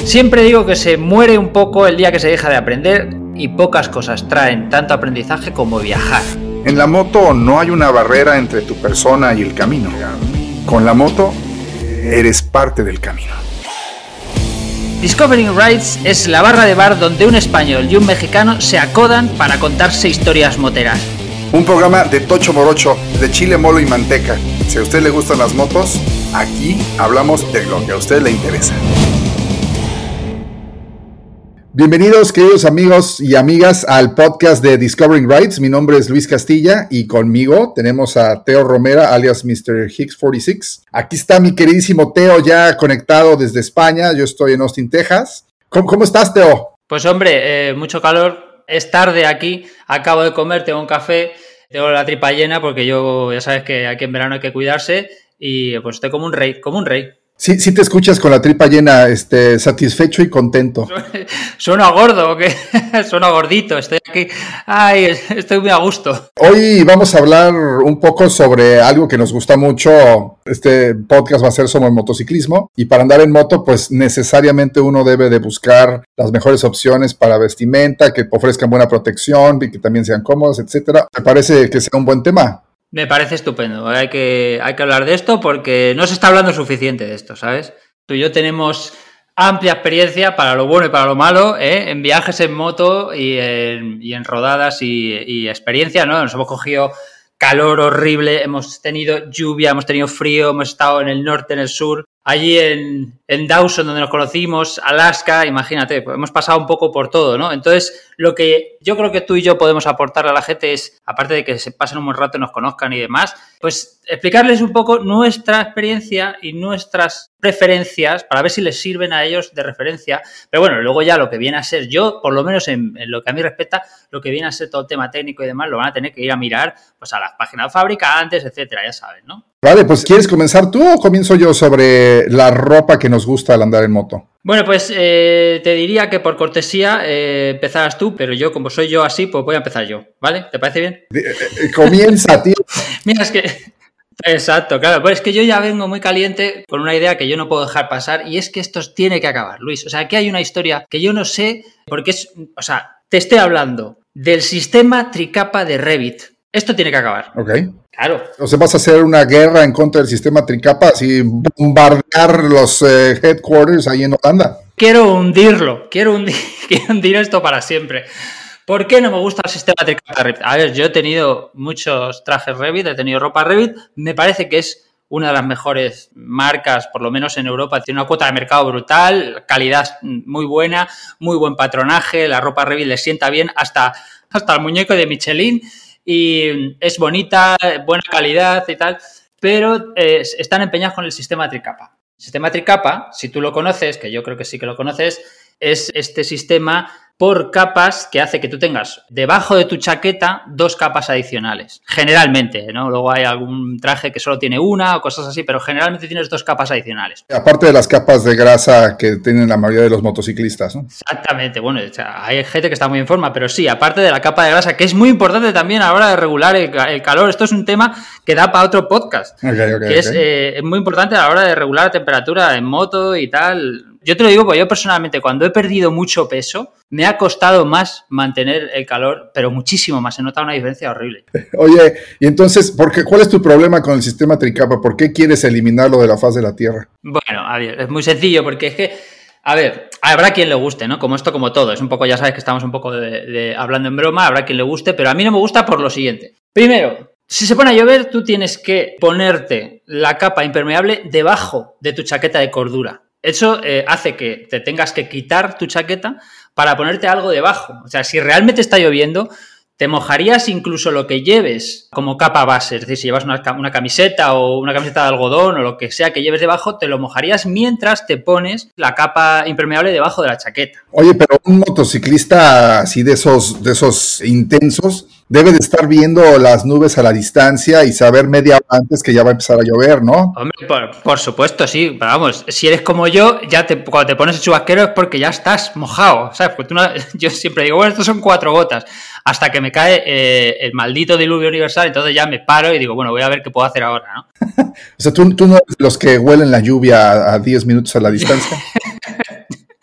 Siempre digo que se muere un poco el día que se deja de aprender y pocas cosas traen tanto aprendizaje como viajar. En la moto no hay una barrera entre tu persona y el camino. Con la moto eres parte del camino. Discovering Rides es la barra de bar donde un español y un mexicano se acodan para contarse historias moteras. Un programa de tocho morocho, de chile, molo y manteca. Si a usted le gustan las motos, aquí hablamos de lo que a usted le interesa. Bienvenidos, queridos amigos y amigas, al podcast de Discovering Rides. Mi nombre es Luis Castilla y conmigo tenemos a Teo Romera, alias Mr. Hicks 46. Aquí está mi queridísimo Teo, ya conectado desde España. Yo estoy en Austin, Texas. ¿Cómo estás, Teo? Pues hombre, mucho calor. Es tarde aquí. Acabo de comer, tengo un café, tengo la tripa llena porque yo, ya sabes que aquí en verano hay que cuidarse y pues estoy como un rey. Sí te escuchas con la tripa llena, satisfecho y contento. ¿Suena gordo o qué? Suena gordito, estoy aquí. Ay, estoy muy a gusto. Hoy vamos a hablar un poco sobre algo que nos gusta mucho. Este podcast va a ser sobre motociclismo y para andar en moto, pues necesariamente uno debe de buscar las mejores opciones para vestimenta, que ofrezcan buena protección y que también sean cómodas, etcétera. ¿Te parece que sea un buen tema? Me parece estupendo, hay que hablar de esto porque no se está hablando suficiente de esto, ¿sabes? Tú y yo tenemos amplia experiencia para lo bueno y para lo malo, en viajes en moto y en rodadas y experiencia, ¿no? Nos hemos cogido calor horrible, hemos tenido lluvia, hemos tenido frío, hemos estado en el norte, en el sur, allí en Dawson, donde nos conocimos, Alaska, imagínate, pues hemos pasado un poco por todo, ¿no? Entonces, lo que yo creo que tú y yo podemos aportar a la gente es, aparte de que se pasen un buen rato y nos conozcan y demás, pues explicarles un poco nuestra experiencia y nuestras preferencias para ver si les sirven a ellos de referencia. Pero bueno, luego ya lo que viene a ser yo, por lo menos en lo que a mí respecta, lo que viene a ser todo el tema técnico y demás, lo van a tener que ir a mirar pues a las páginas de fabricantes, etcétera, ya saben, ¿no? Vale, pues ¿quieres comenzar tú o comienzo yo sobre la ropa que nos gusta al andar en moto? Bueno, pues te diría que por cortesía empezaras tú, pero yo, como soy yo así, pues voy a empezar yo, ¿vale? ¿Te parece bien? Comienza, tío. Mira, es que... Exacto, claro, pues es que yo ya vengo muy caliente con una idea que yo no puedo dejar pasar y es que esto tiene que acabar, Luis. O sea, aquí hay una historia que yo no sé porque es... O sea, te estoy hablando del sistema tricapa de Revit. Esto tiene que acabar. Ok. Claro. O sea, vas a hacer una guerra en contra del sistema tricapa, así bombardear los headquarters ahí en Holanda. Quiero hundirlo, quiero hundir esto para siempre. ¿Por qué no me gusta el sistema tricapa Revit? A ver, yo he tenido muchos trajes Revit, he tenido ropa Revit, me parece que es una de las mejores marcas, por lo menos en Europa, tiene una cuota de mercado brutal, calidad muy buena, muy buen patronaje, la ropa Revit le sienta bien hasta el muñeco de Michelin y es bonita, buena calidad y tal, pero están empeñados con el sistema tricapa. El sistema tricapa, si tú lo conoces, que yo creo que sí que lo conoces, es este sistema por capas que hace que tú tengas debajo de tu chaqueta 2 capas adicionales. Generalmente, ¿no? Luego hay algún traje que solo tiene una o cosas así, pero generalmente tienes 2 capas adicionales. Aparte de las capas de grasa que tienen la mayoría de los motociclistas, ¿no? Exactamente. Bueno, o sea, hay gente que está muy en forma, pero sí, aparte de la capa de grasa, que es muy importante también a la hora de regular el calor. Esto es un tema que da para otro podcast. Que es muy importante a la hora de regular la temperatura en moto y tal. Yo te lo digo porque yo personalmente cuando he perdido mucho peso me ha costado más mantener el calor, pero muchísimo más. He notado una diferencia horrible. Oye, y entonces, ¿cuál es tu problema con el sistema tricapa? ¿Por qué quieres eliminarlo de la faz de la Tierra? Bueno, a ver, es muy sencillo porque es que, a ver, habrá quien le guste, ¿no? Como esto, como todo. Es un poco, ya sabes que estamos un poco hablando en broma, habrá quien le guste, pero a mí no me gusta por lo siguiente. Primero, si se pone a llover, tú tienes que ponerte la capa impermeable debajo de tu chaqueta de cordura. Eso hace que te tengas que quitar tu chaqueta para ponerte algo debajo. O sea, si realmente está lloviendo, te mojarías incluso lo que lleves como capa base. Es decir, si llevas una camiseta o una camiseta de algodón o lo que sea que lleves debajo, te lo mojarías mientras te pones la capa impermeable debajo de la chaqueta. Oye, pero un motociclista así de esos intensos debe de estar viendo las nubes a la distancia y saber media hora antes que ya va a empezar a llover, ¿no? Hombre, por supuesto, sí. Pero vamos, si eres como yo, cuando te pones el chubasquero es porque ya estás mojado, ¿sabes? Porque yo siempre digo, bueno, estos son 4 gotas. Hasta que me cae el maldito diluvio universal, entonces ya me paro y digo, bueno, voy a ver qué puedo hacer ahora, ¿no? O sea, ¿tú no eres los que huelen la lluvia a 10 minutos a la distancia?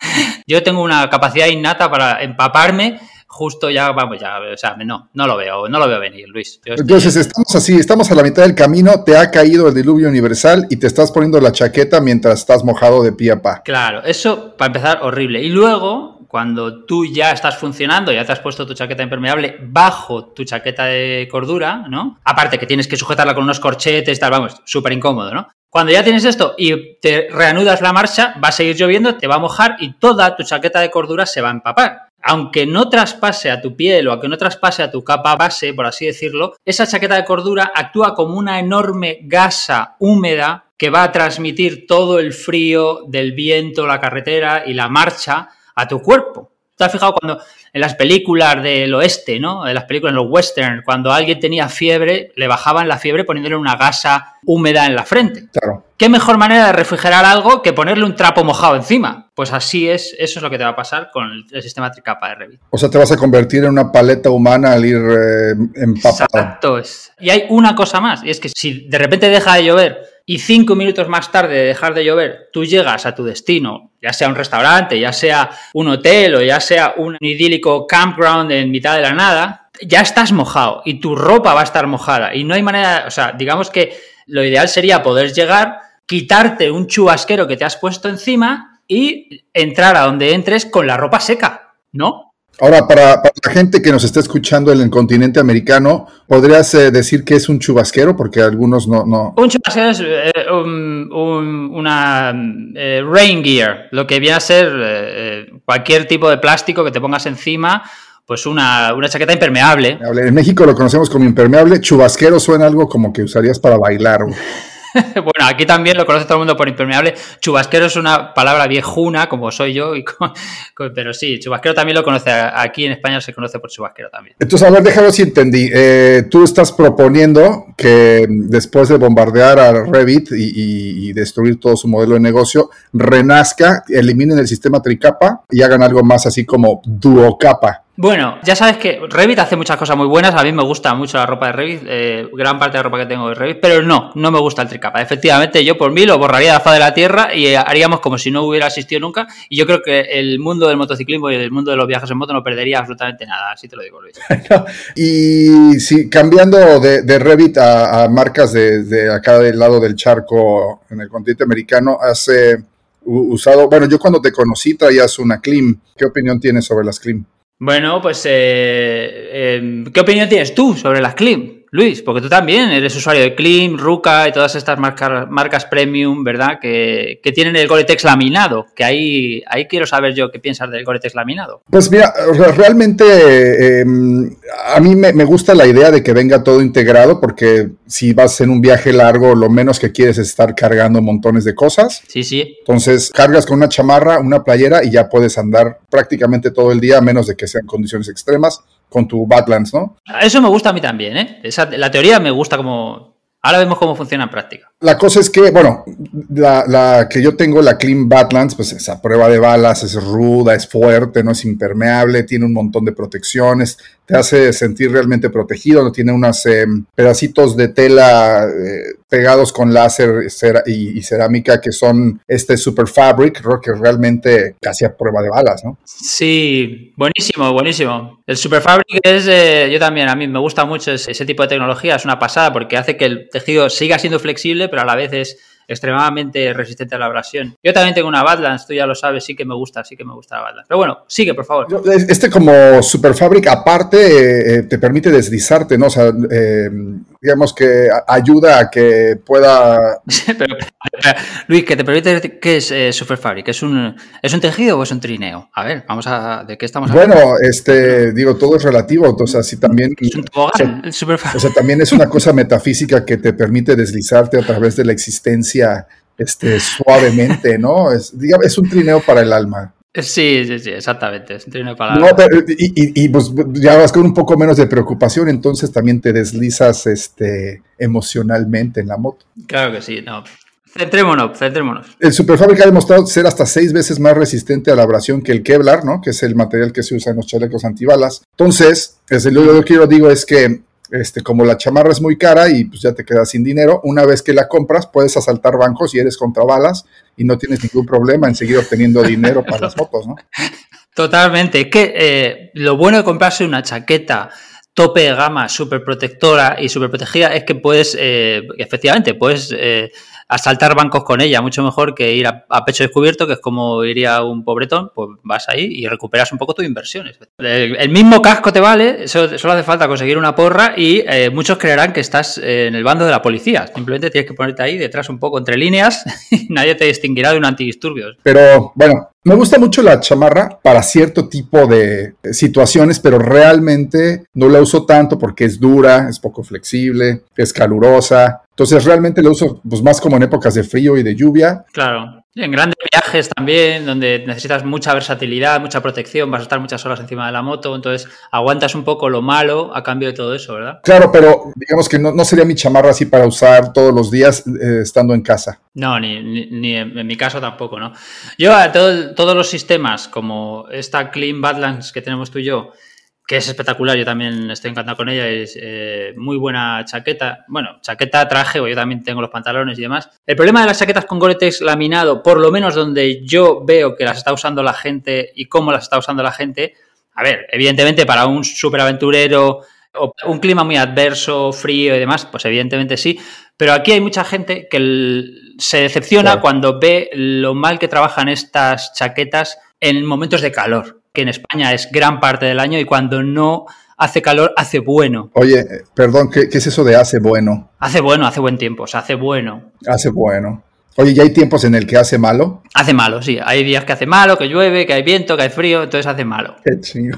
Yo tengo una capacidad innata para empaparme. Justo ya, vamos, ya, o sea, no lo veo venir, Luis. Entonces estamos así, estamos a la mitad del camino, te ha caído el diluvio universal y te estás poniendo la chaqueta mientras estás mojado de pie a pa. Claro, eso para empezar, horrible. Y luego, cuando tú ya estás funcionando, ya te has puesto tu chaqueta impermeable bajo tu chaqueta de cordura, ¿no? Aparte que tienes que sujetarla con unos corchetes, tal, vamos, súper incómodo, ¿no? Cuando ya tienes esto y te reanudas la marcha, va a seguir lloviendo, te va a mojar y toda tu chaqueta de cordura se va a empapar. Aunque no traspase a tu piel o aunque no traspase a tu capa base, por así decirlo, esa chaqueta de cordura actúa como una enorme gasa húmeda que va a transmitir todo el frío del viento, la carretera y la marcha a tu cuerpo. ¿Te has fijado cuando en las películas del oeste, ¿no? En las películas, en los western, cuando alguien tenía fiebre, le bajaban la fiebre poniéndole una gasa húmeda en la frente? Claro. ¿Qué mejor manera de refrigerar algo que ponerle un trapo mojado encima? Pues así es, eso es lo que te va a pasar con el sistema tricapa de Revit. O sea, te vas a convertir en una paleta humana al ir empapado. Exacto. Y hay una cosa más, y es que si de repente deja de llover y 5 minutos más tarde de dejar de llover, tú llegas a tu destino, ya sea un restaurante, ya sea un hotel o ya sea un idílico campground en mitad de la nada, ya estás mojado y tu ropa va a estar mojada y no hay manera, o sea, digamos que lo ideal sería poder llegar, quitarte un chubasquero que te has puesto encima y entrar a donde entres con la ropa seca, ¿no? Ahora, para la gente que nos está escuchando en el continente americano, ¿podrías decir que es un chubasquero? Porque algunos no... Un chubasquero es una rain gear, lo que viene a ser cualquier tipo de plástico que te pongas encima, pues una chaqueta impermeable. En México lo conocemos como impermeable. Chubasquero suena algo como que usarías para bailar. Bueno, aquí también lo conoce todo el mundo por impermeable. Chubasquero es una palabra viejuna, como soy yo, pero sí, chubasquero también lo conoce. Aquí en España se conoce por chubasquero también. Entonces, a ver, déjame ver si entendí. Tú estás proponiendo que después de bombardear a Revit y destruir todo su modelo de negocio, renazca, eliminen el sistema tricapa y hagan algo más así como duocapa. Bueno, ya sabes que Revit hace muchas cosas muy buenas, a mí me gusta mucho la ropa de Revit, gran parte de la ropa que tengo de Revit, pero no me gusta el tricapa. Efectivamente, yo por mí lo borraría de la faz de la tierra y haríamos como si no hubiera existido nunca, y yo creo que el mundo del motociclismo y el mundo de los viajes en moto no perdería absolutamente nada, así te lo digo, Luis. Y sí, cambiando de Revit a marcas de acá del lado del charco en el continente americano, has usado, bueno, yo cuando te conocí traías una Klim. ¿Qué opinión tienes sobre las Klim? Bueno, pues, ¿qué opinión tienes tú sobre las Klim, Luis? Porque tú también eres usuario de Klim, Ruka y todas estas marcas premium, ¿verdad? Que tienen el Gore-Tex laminado, que ahí quiero saber yo qué piensas del Gore-Tex laminado. Pues mira, realmente a mí me gusta la idea de que venga todo integrado, porque si vas en un viaje largo, lo menos que quieres es estar cargando montones de cosas. Sí. Entonces, cargas con una chamarra, una playera y ya puedes andar prácticamente todo el día, a menos de que sean condiciones extremas, con tu Badlands, ¿no? Eso me gusta a mí también, ¿eh? La teoría me gusta como... Ahora vemos cómo funciona en práctica. La cosa es que, bueno, la que yo tengo, la Klim Badlands, pues es a prueba de balas, es ruda, es fuerte, no es impermeable, tiene un montón de protecciones, te hace sentir realmente protegido, no tiene unos pedacitos de tela pegados con láser y cerámica que son super fabric, que realmente casi a prueba de balas, ¿no? Sí, buenísimo. El super fabric es, yo también, a mí me gusta mucho ese tipo de tecnología, es una pasada porque hace que el tejido siga siendo flexible, pero a la vez es extremadamente resistente a la abrasión. Yo también tengo una Badlands, tú ya lo sabes, sí que me gusta la Badlands. Pero bueno, sigue, por favor. Como super fabric, aparte, te permite deslizarte, ¿no? O sea, digamos que ayuda a que pueda... pero, Luis, ¿qué te permite? ¿Qué es super fabric? ¿Es un tejido o es un trineo? A ver, ¿de qué estamos hablando? Bueno, digo, todo es relativo, entonces así también... Es un tobogán, el super fabric. O sea, también es una cosa metafísica que te permite deslizarte a través de la existencia suavemente, ¿no? Es un trineo para el alma. Sí, exactamente. Es un trineo para el alma. Pero, y pues ya vas con un poco menos de preocupación, entonces también te deslizas emocionalmente en la moto. Claro que sí, no. Centrémonos. El Superfabric ha demostrado ser hasta 6 veces más resistente a la abrasión que el Kevlar, ¿no? Que es el material que se usa en los chalecos antibalas. Entonces, lo que yo digo es que como la chamarra es muy cara y pues ya te quedas sin dinero, una vez que la compras puedes asaltar bancos y eres contra balas y no tienes ningún problema en seguir obteniendo dinero para las motos, ¿no? Totalmente. Es que lo bueno de comprarse una chaqueta tope de gama, súper protectora y súper protegida, es que puedes, efectivamente, puedes asaltar bancos con ella, mucho mejor que ir a pecho descubierto, que es como iría un pobretón, pues vas ahí y recuperas un poco tus inversiones. El mismo casco te vale, solo hace falta conseguir una porra y muchos creerán que estás en el bando de la policía. Simplemente tienes que ponerte ahí detrás un poco entre líneas y nadie te distinguirá de un antidisturbios. Pero bueno, me gusta mucho la chamarra para cierto tipo de situaciones, pero realmente no la uso tanto porque es dura, es poco flexible, es calurosa. Entonces realmente la uso pues más como en épocas de frío y de lluvia. Claro. Y en grandes viajes también, donde necesitas mucha versatilidad, mucha protección, vas a estar muchas horas encima de la moto, entonces aguantas un poco lo malo a cambio de todo eso, ¿verdad? Claro, pero digamos que no sería mi chamarra así para usar todos los días estando en casa. No, ni en mi caso tampoco, ¿no? Yo a todos los sistemas, como esta Clean Badlands que tenemos tú y yo, que es espectacular, yo también estoy encantado con ella, es muy buena chaqueta, bueno, chaqueta, traje, o yo también tengo los pantalones y demás. El problema de las chaquetas con Gore-Tex laminado, por lo menos donde yo veo que las está usando la gente y cómo las está usando la gente, a ver, evidentemente para un superaventurero o un clima muy adverso, frío y demás, pues evidentemente sí, pero aquí hay mucha gente que se decepciona claro. Cuando ve lo mal que trabajan estas chaquetas en momentos de calor, que en España es gran parte del año y cuando no hace calor, hace bueno. Oye, perdón, ¿qué es eso de hace bueno? Hace bueno, hace buen tiempo, o sea, hace bueno. Hace bueno. Oye, ¿ya hay tiempos en el que hace malo? Hace malo, sí. Hay días que hace malo, que llueve, que hay viento, que hay frío, entonces hace malo. Qué chingo.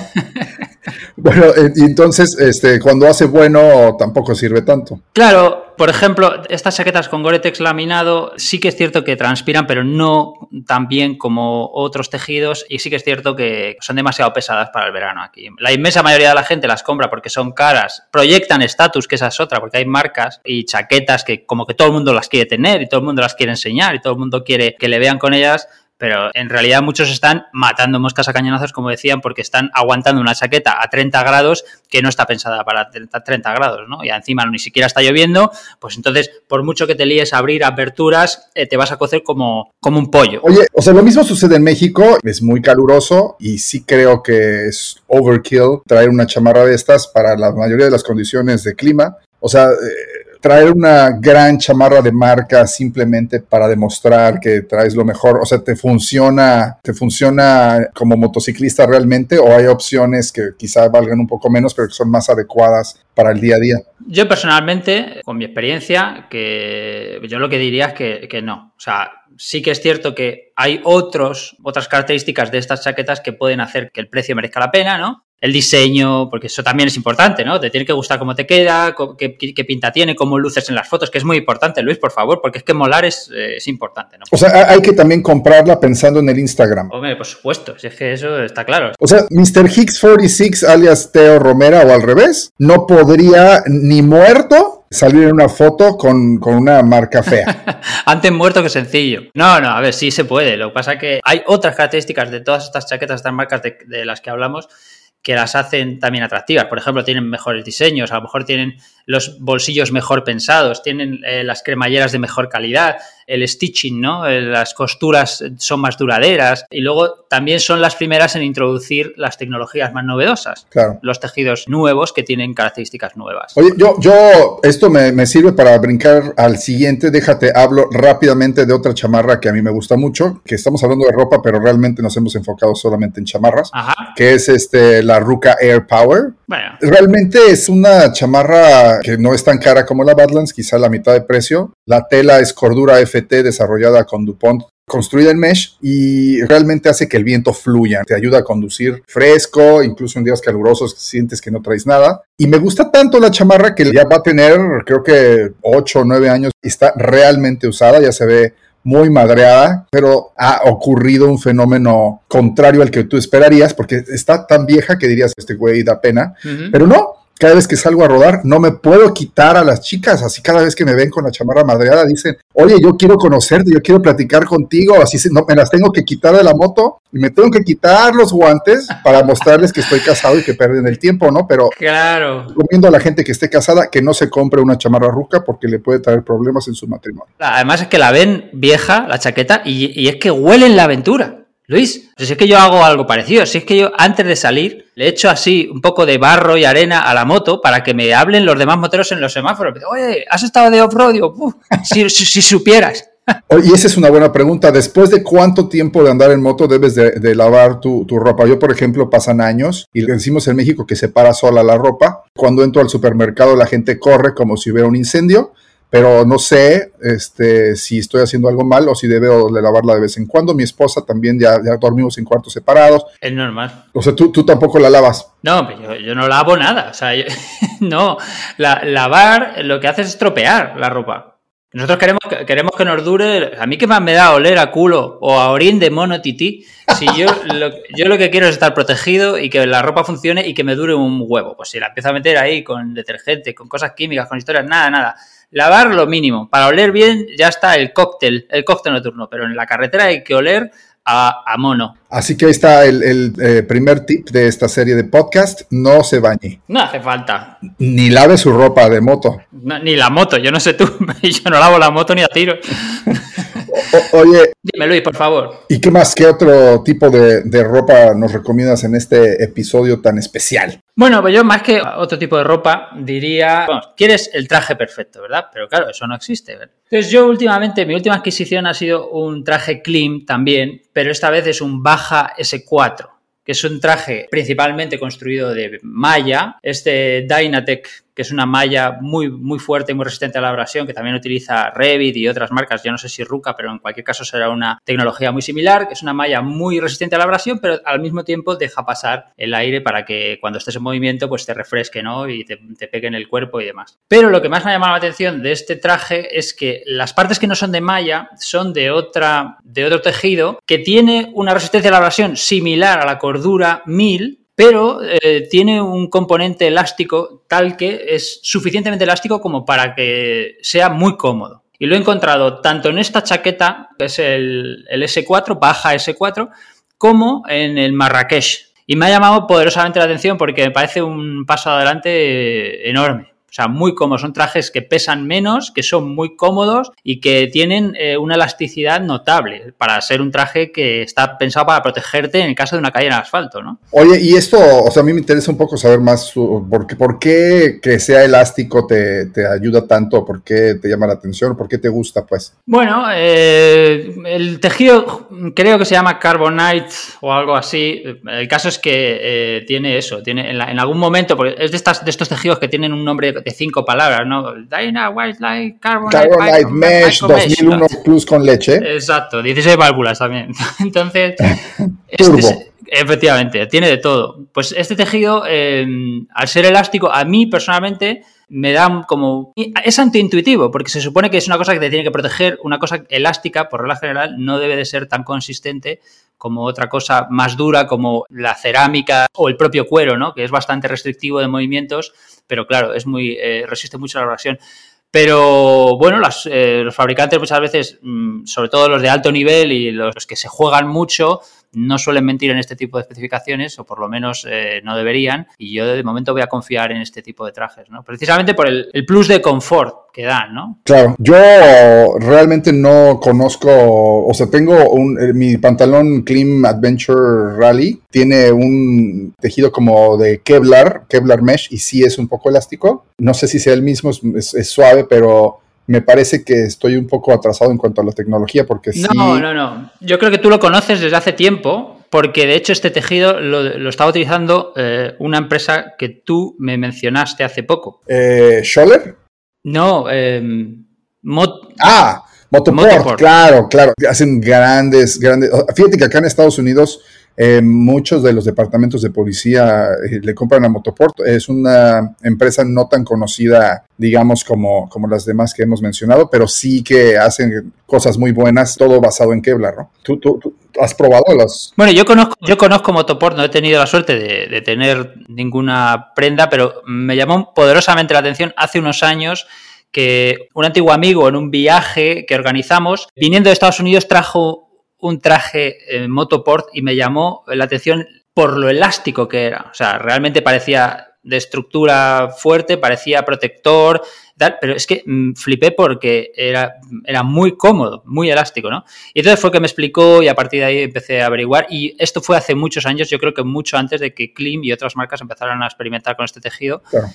Bueno, y entonces, cuando hace bueno, tampoco sirve tanto. Claro, por ejemplo, estas chaquetas con Gore-Tex laminado sí que es cierto que transpiran, pero no tan bien como otros tejidos y sí que es cierto que son demasiado pesadas para el verano aquí. La inmensa mayoría de la gente las compra porque son caras, proyectan estatus, que esa es otra, porque hay marcas y chaquetas que como que todo el mundo las quiere tener y todo el mundo las quiere enseñar y todo el mundo quiere que le vean con ellas. Pero en realidad muchos están matando moscas a cañonazos, como decían, porque están aguantando una chaqueta a 30 grados que no está pensada para 30 grados, ¿no? Y encima ni siquiera está lloviendo, pues entonces, por mucho que te líes a abrir aperturas, te vas a cocer como un pollo. Oye, o sea, lo mismo sucede en México, es muy caluroso y sí creo que es overkill traer una chamarra de estas para la mayoría de las condiciones de clima. O sea, traer una gran chamarra de marca simplemente para demostrar que traes lo mejor, o sea, ¿te funciona como motociclista realmente o hay opciones que quizá valgan un poco menos pero que son más adecuadas para el día a día? Yo personalmente, con mi experiencia, que yo lo que diría es que no. O sea, sí que es cierto que hay otras características de estas chaquetas que pueden hacer que el precio merezca la pena, ¿no? El diseño, porque eso también es importante, ¿no? Te tiene que gustar cómo te queda, qué pinta tiene, cómo luces en las fotos, que es muy importante, Luis, por favor, porque es que molar es importante, ¿no? O sea, hay que también comprarla pensando en el Instagram. Hombre, por supuesto, si es que eso está claro. O sea, Mr. Hicks 46, alias Teo Romera, o al revés, no podría ni muerto salir en una foto con una marca fea. Antes muerto que sencillo. No, a ver, sí se puede. Lo que pasa es que hay otras características de todas estas chaquetas, estas marcas de las que hablamos, que las hacen también atractivas. Por ejemplo, tienen mejores diseños, a lo mejor tienen los bolsillos mejor pensados, tienen las cremalleras de mejor calidad, el stitching, ¿no? Las costuras son más duraderas y luego también son las primeras en introducir las tecnologías más novedosas. Claro. Los tejidos nuevos que tienen características nuevas. Oye, yo esto me sirve para brincar al siguiente. Déjate, hablo rápidamente de otra chamarra que a mí me gusta mucho, que estamos hablando de ropa, pero realmente nos hemos enfocado solamente en chamarras. Ajá. Que es la Ruka Air Power. Bueno. Realmente es una chamarra que no es tan cara como la Badlands, quizá la mitad de precio. La tela es cordura FT desarrollada con DuPont, construida en mesh y realmente hace que el viento fluya. Te ayuda a conducir fresco, incluso en días calurosos sientes que no traes nada. Y me gusta tanto la chamarra que ya va a tener, creo que 8 o 9 años y está realmente usada, ya se ve muy madreada, pero ha ocurrido un fenómeno contrario al que tú esperarías, porque está tan vieja que dirías, este güey da pena, pero no. Cada vez que salgo a rodar, no me puedo quitar a las chicas, así cada vez que me ven con la chamarra madreada dicen, oye, yo quiero conocerte, yo quiero platicar contigo, así no, me las tengo que quitar de la moto y me tengo que quitar los guantes para mostrarles que estoy casado y que pierden el tiempo, ¿no? Pero claro, recomiendo a la gente que esté casada que no se compre una chamarra ruca porque le puede traer problemas en su matrimonio. además es que la ven vieja, la chaqueta, y es que huelen la aventura. Luis, si es que yo hago algo parecido, si es que yo antes de salir le echo así un poco de barro y arena a la moto para que me hablen los demás moteros en los semáforos. Oye, ¿has estado de off-road? Digo, si supieras. Y esa es una buena pregunta. ¿Después de cuánto tiempo de andar en moto debes de lavar tu ropa? Yo, por ejemplo, pasan años y decimos en México que se para sola la ropa. Cuando entro al supermercado la gente corre como si hubiera un incendio, pero no sé si estoy haciendo algo mal o si debo de lavarla de vez en cuando. Mi esposa también ya dormimos en cuartos separados. Es normal. O sea, tú tampoco la lavas. No, yo no lavo nada. O sea, no. Lavar lo que hace es estropear la ropa. Nosotros queremos que nos dure. A mí, ¿qué más me da oler a culo o a orín de mono tití? Si yo lo que quiero es estar protegido y que la ropa funcione y que me dure un huevo. Pues si la empiezo a meter ahí con detergente, con cosas químicas, con historias, nada. Lavar lo mínimo. Para oler bien ya está el cóctel nocturno, pero en la carretera hay que oler a mono. Así que ahí está el primer tip de esta serie de podcast: no se bañe. No hace falta. Ni lave su ropa de moto. No, ni la moto, yo no sé tú, yo no lavo la moto ni a tiro. Oye, dime, Luis, por favor. ¿Y qué más? ¿Qué otro tipo de ropa nos recomiendas en este episodio tan especial? Bueno, pues yo más que otro tipo de ropa diría, bueno, quieres el traje perfecto, ¿verdad? Pero claro, eso no existe, ¿verdad? Entonces yo mi última adquisición ha sido un traje Klim también, pero esta vez es un Baja S4, que es un traje principalmente construido de malla, Dynatec, que es una malla muy, muy fuerte y muy resistente a la abrasión, que también utiliza Revit y otras marcas, yo no sé si Ruka, pero en cualquier caso será una tecnología muy similar, que es una malla muy resistente a la abrasión, pero al mismo tiempo deja pasar el aire para que cuando estés en movimiento pues te refresque, ¿no? Y te pegue en el cuerpo y demás. Pero lo que más me ha llamado la atención de este traje es que las partes que no son de malla son de otro tejido que tiene una resistencia a la abrasión similar a la Cordura 1000, pero tiene un componente elástico tal que es suficientemente elástico como para que sea muy cómodo. Y lo he encontrado tanto en esta chaqueta, que es el S4, Baja S4, como en el Marrakech. Y me ha llamado poderosamente la atención porque me parece un paso adelante enorme. O sea, muy cómodos. Son trajes que pesan menos, que son muy cómodos y que tienen una elasticidad notable para ser un traje que está pensado para protegerte en el caso de una caída en asfalto, ¿no? Oye, y esto, o sea, a mí me interesa un poco saber más por qué que sea elástico te ayuda tanto, por qué te llama la atención, por qué te gusta, pues. Bueno, el tejido creo que se llama Carbonite o algo así. El caso es que tiene eso, tiene en algún momento, porque es de estos tejidos que tienen un nombre de 5 palabras, ¿no? Dyna White Light Carbonite Mesh 2001 ¿no? Plus con leche. Exacto, 16 válvulas también. Entonces, efectivamente, tiene de todo. Pues este tejido, al ser elástico, a mí personalmente me da como... Es antiintuitivo, porque se supone que es una cosa que te tiene que proteger, una cosa elástica, por regla general, no debe de ser tan consistente como otra cosa más dura, como la cerámica o el propio cuero, ¿no? Que es bastante restrictivo de movimientos, pero claro, resiste mucho a la abrasión. Pero bueno, los fabricantes muchas veces, sobre todo los de alto nivel y los que se juegan mucho, no suelen mentir en este tipo de especificaciones, o por lo menos no deberían, y yo de momento voy a confiar en este tipo de trajes, ¿no? Precisamente por el plus de confort que dan, ¿no? Claro, yo realmente no conozco, o sea, tengo mi pantalón Klim Adventure Rally, tiene un tejido como de Kevlar Mesh, y sí es un poco elástico, no sé si sea el mismo, es suave, pero... Me parece que estoy un poco atrasado en cuanto a la tecnología porque sí... No. Yo creo que tú lo conoces desde hace tiempo porque de hecho este tejido lo estaba utilizando una empresa que tú me mencionaste hace poco. ¿Scholler? No, Motoport. Claro. Hacen grandes... Fíjate que acá en Estados Unidos... muchos de los departamentos de policía le compran a Motoport. Es una empresa no tan conocida, digamos, como las demás que hemos mencionado, pero sí que hacen cosas muy buenas, todo basado en Kevlar, ¿no? ¿Tú has probado las...? Bueno, yo conozco Motoport, no he tenido la suerte de tener ninguna prenda, pero me llamó poderosamente la atención hace unos años que un antiguo amigo en un viaje que organizamos, viniendo de Estados Unidos, trajo un traje Motoport y me llamó la atención por lo elástico que era. O sea, realmente parecía de estructura fuerte, parecía protector, tal, pero es que flipé porque era muy cómodo, muy elástico, ¿no? Y entonces fue que me explicó y a partir de ahí empecé a averiguar, y esto fue hace muchos años, yo creo que mucho antes de que Klim y otras marcas empezaran a experimentar con este tejido. Claro.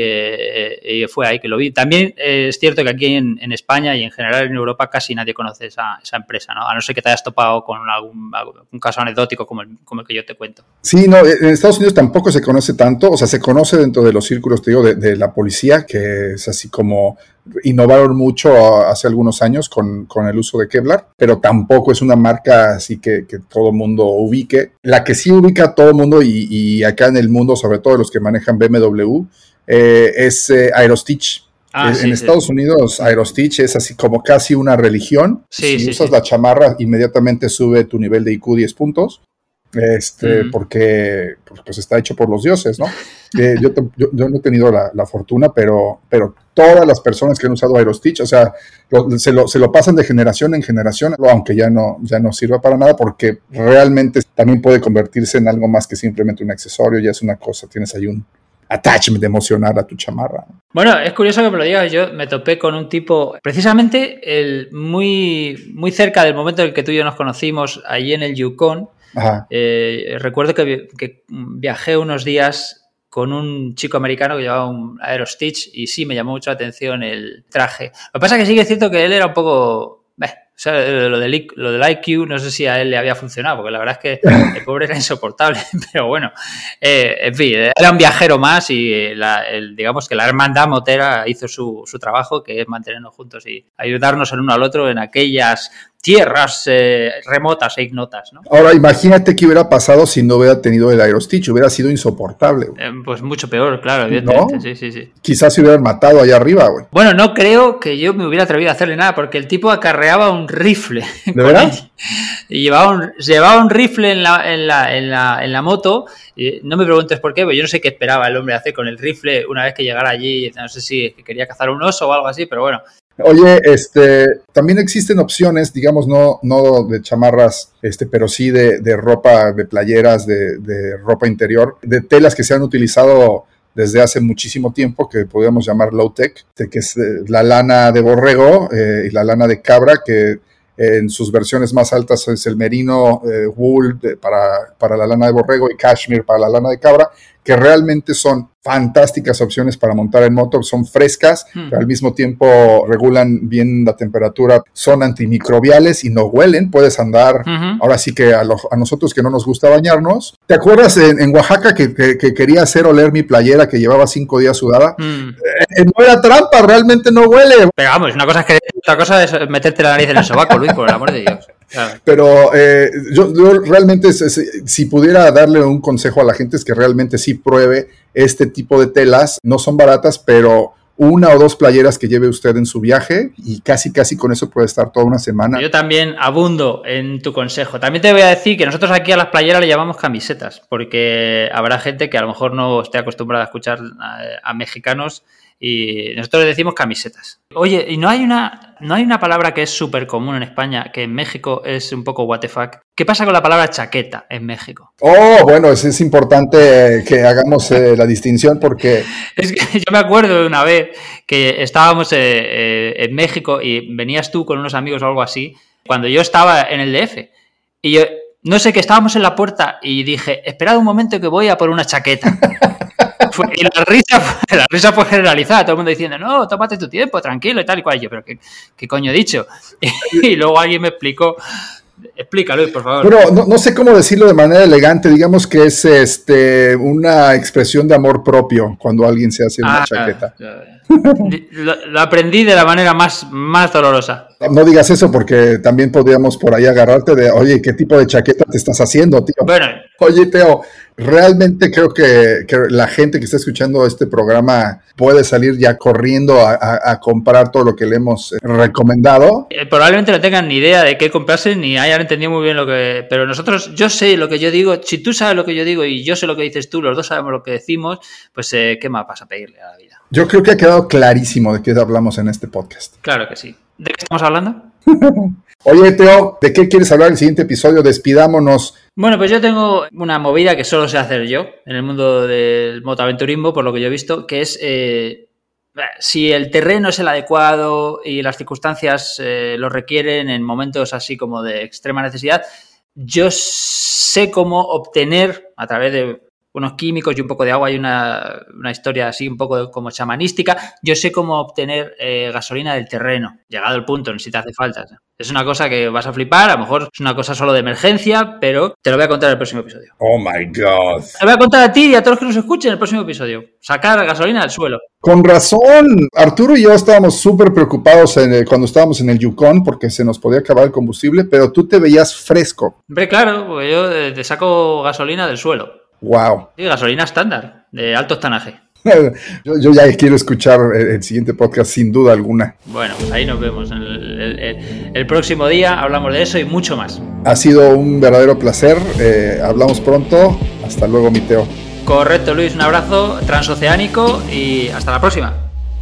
Y fue ahí que lo vi. También es cierto que aquí en España y en general en Europa casi nadie conoce esa empresa, ¿no? A no ser que te hayas topado con algún caso anecdótico como el que yo te cuento. Sí, no, en Estados Unidos tampoco se conoce tanto, o sea, se conoce dentro de los círculos, te digo, de la policía, que es así como innovaron mucho hace algunos años con el uso de Kevlar, pero tampoco es una marca así que todo el mundo ubique. La que sí ubica todo el mundo y acá en el mundo, sobre todo los que manejan BMW, es Aerostitch. En Estados Unidos, Aerostitch es así como casi una religión. Si usas la chamarra, inmediatamente sube tu nivel de IQ 10 puntos. Porque pues está hecho por los dioses, ¿no? Yo no he tenido la fortuna, pero todas las personas que han usado Aerostitch, o sea, se lo pasan de generación en generación, aunque ya no sirva para nada, porque realmente también puede convertirse en algo más que simplemente un accesorio, ya es una cosa, tienes ahí un attachment emocional a tu chamarra. Bueno, es curioso que me lo digas. Yo me topé con un tipo, precisamente muy, muy cerca del momento en el que tú y yo nos conocimos, allí en el Yukon. Recuerdo que viajé unos días con un chico americano que llevaba un Aerostitch y sí me llamó mucho la atención el traje. Lo que pasa es que sí que es cierto que él era un poco... O sea, lo del IQ no sé si a él le había funcionado, porque la verdad es que el pobre era insoportable, pero bueno, en fin, era un viajero más y digamos que la hermandad motera hizo su trabajo, que es mantenernos juntos y ayudarnos el uno al otro en aquellas tierras remotas e ignotas, ¿no? Ahora, imagínate qué hubiera pasado si no hubiera tenido el Aerostitch, hubiera sido insoportable. Pues mucho peor, claro, evidentemente, ¿no? Sí. Quizás se hubieran matado allá arriba, güey. Bueno, no creo que yo me hubiera atrevido a hacerle nada, porque el tipo acarreaba un rifle. ¿De verdad? Y llevaba un rifle en la moto. Y no me preguntes por qué, pero yo no sé qué esperaba el hombre hacer con el rifle una vez que llegara allí. No sé si quería cazar un oso o algo así, pero bueno. Oye, también existen opciones, digamos, no de chamarras, pero sí de ropa, de playeras, de ropa interior, de telas que se han utilizado desde hace muchísimo tiempo, que podríamos llamar low-tech, que es la lana de borrego y la lana de cabra, que en sus versiones más altas es el merino, wool para la lana de borrego y cashmere para la lana de cabra, que realmente son fantásticas opciones para montar en moto, son frescas, pero al mismo tiempo regulan bien la temperatura, son antimicrobiales y no huelen, puedes andar, ahora sí que a nosotros que no nos gusta bañarnos. ¿Te acuerdas en Oaxaca que quería hacer oler mi playera que llevaba 5 días sudada? No era trampa, realmente no huele. Pero vamos, una cosa es que otra cosa es meterte la nariz en el sobaco, Luis, por el amor de Dios. Claro. Pero yo realmente, si pudiera darle un consejo a la gente, es que realmente sí pruebe este tipo de telas. No son baratas, pero 1 o 2 playeras que lleve usted en su viaje y casi con eso puede estar toda una semana. Yo también abundo en tu consejo. También te voy a decir que nosotros aquí a las playeras le llamamos camisetas, porque habrá gente que a lo mejor no esté acostumbrada a escuchar a mexicanos y nosotros le decimos camisetas. Oye, ¿y no hay una palabra que es súper común en España, que en México es un poco what the fuck? ¿Qué pasa con la palabra chaqueta en México? Oh, bueno, es importante que hagamos la distinción porque... Es que yo me acuerdo de una vez que estábamos en México y venías tú con unos amigos o algo así, cuando yo estaba en el DF. Y yo, no sé, que estábamos en la puerta y dije, esperad un momento que voy a por una chaqueta. Y la risa fue generalizada, todo el mundo diciendo, no, tómate tu tiempo, tranquilo y tal y cual. Y yo, pero ¿qué coño he dicho? Y luego alguien me explicó. Explícalo, por favor. Bueno, no sé cómo decirlo de manera elegante, digamos que es una expresión de amor propio cuando alguien se hace una chaqueta. Lo aprendí de la manera más dolorosa. No digas eso porque también podríamos por ahí agarrarte de, oye, ¿qué tipo de chaqueta te estás haciendo, tío? Bueno. Oye, Teo, realmente creo que la gente que está escuchando este programa puede salir ya corriendo a comprar todo lo que le hemos recomendado. Probablemente no tengan ni idea de qué comprarse ni hayan entendido muy bien lo que... Pero nosotros, yo sé lo que yo digo, si tú sabes lo que yo digo y yo sé lo que dices tú, los dos sabemos lo que decimos, pues ¿qué más vas a pedirle a la vida? Yo creo que ha quedado clarísimo de qué hablamos en este podcast. Claro que sí. ¿De qué estamos hablando? Oye, Teo, ¿de qué quieres hablar en el siguiente episodio? Despidámonos. Bueno, pues yo tengo una movida que solo sé hacer yo en el mundo del motoaventurismo, por lo que yo he visto, que es si el terreno es el adecuado y las circunstancias lo requieren en momentos así como de extrema necesidad, yo sé cómo obtener a través de unos químicos y un poco de agua y una historia así un poco como chamanística, yo sé cómo obtener gasolina del terreno, llegado el punto, si te hace falta. Es una cosa que vas a flipar, a lo mejor es una cosa solo de emergencia, pero te lo voy a contar en el próximo episodio. Oh my God. Te lo voy a contar a ti y a todos los que nos escuchen en el próximo episodio. Sacar gasolina del suelo. Con razón, Arturo y yo estábamos súper preocupados cuando estábamos en el Yukon porque se nos podía acabar el combustible, pero tú te veías fresco. Hombre, claro, porque yo te saco gasolina del suelo. Wow. Sí, gasolina estándar, de alto octanaje. Yo ya quiero escuchar el siguiente podcast sin duda alguna. Bueno, pues ahí nos vemos. El próximo día hablamos de eso y mucho más. Ha sido un verdadero placer. Hablamos pronto. Hasta luego, mi Teo. Correcto, Luis. Un abrazo transoceánico y hasta la próxima.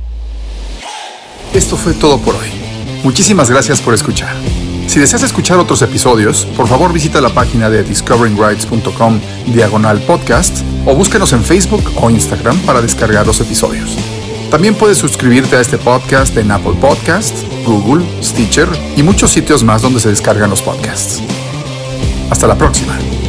Esto fue todo por hoy. Muchísimas gracias por escuchar. Si deseas escuchar otros episodios, por favor visita la página de discoveringrides.com/podcast o búscanos en Facebook o Instagram para descargar los episodios. También puedes suscribirte a este podcast en Apple Podcasts, Google, Stitcher y muchos sitios más donde se descargan los podcasts. Hasta la próxima.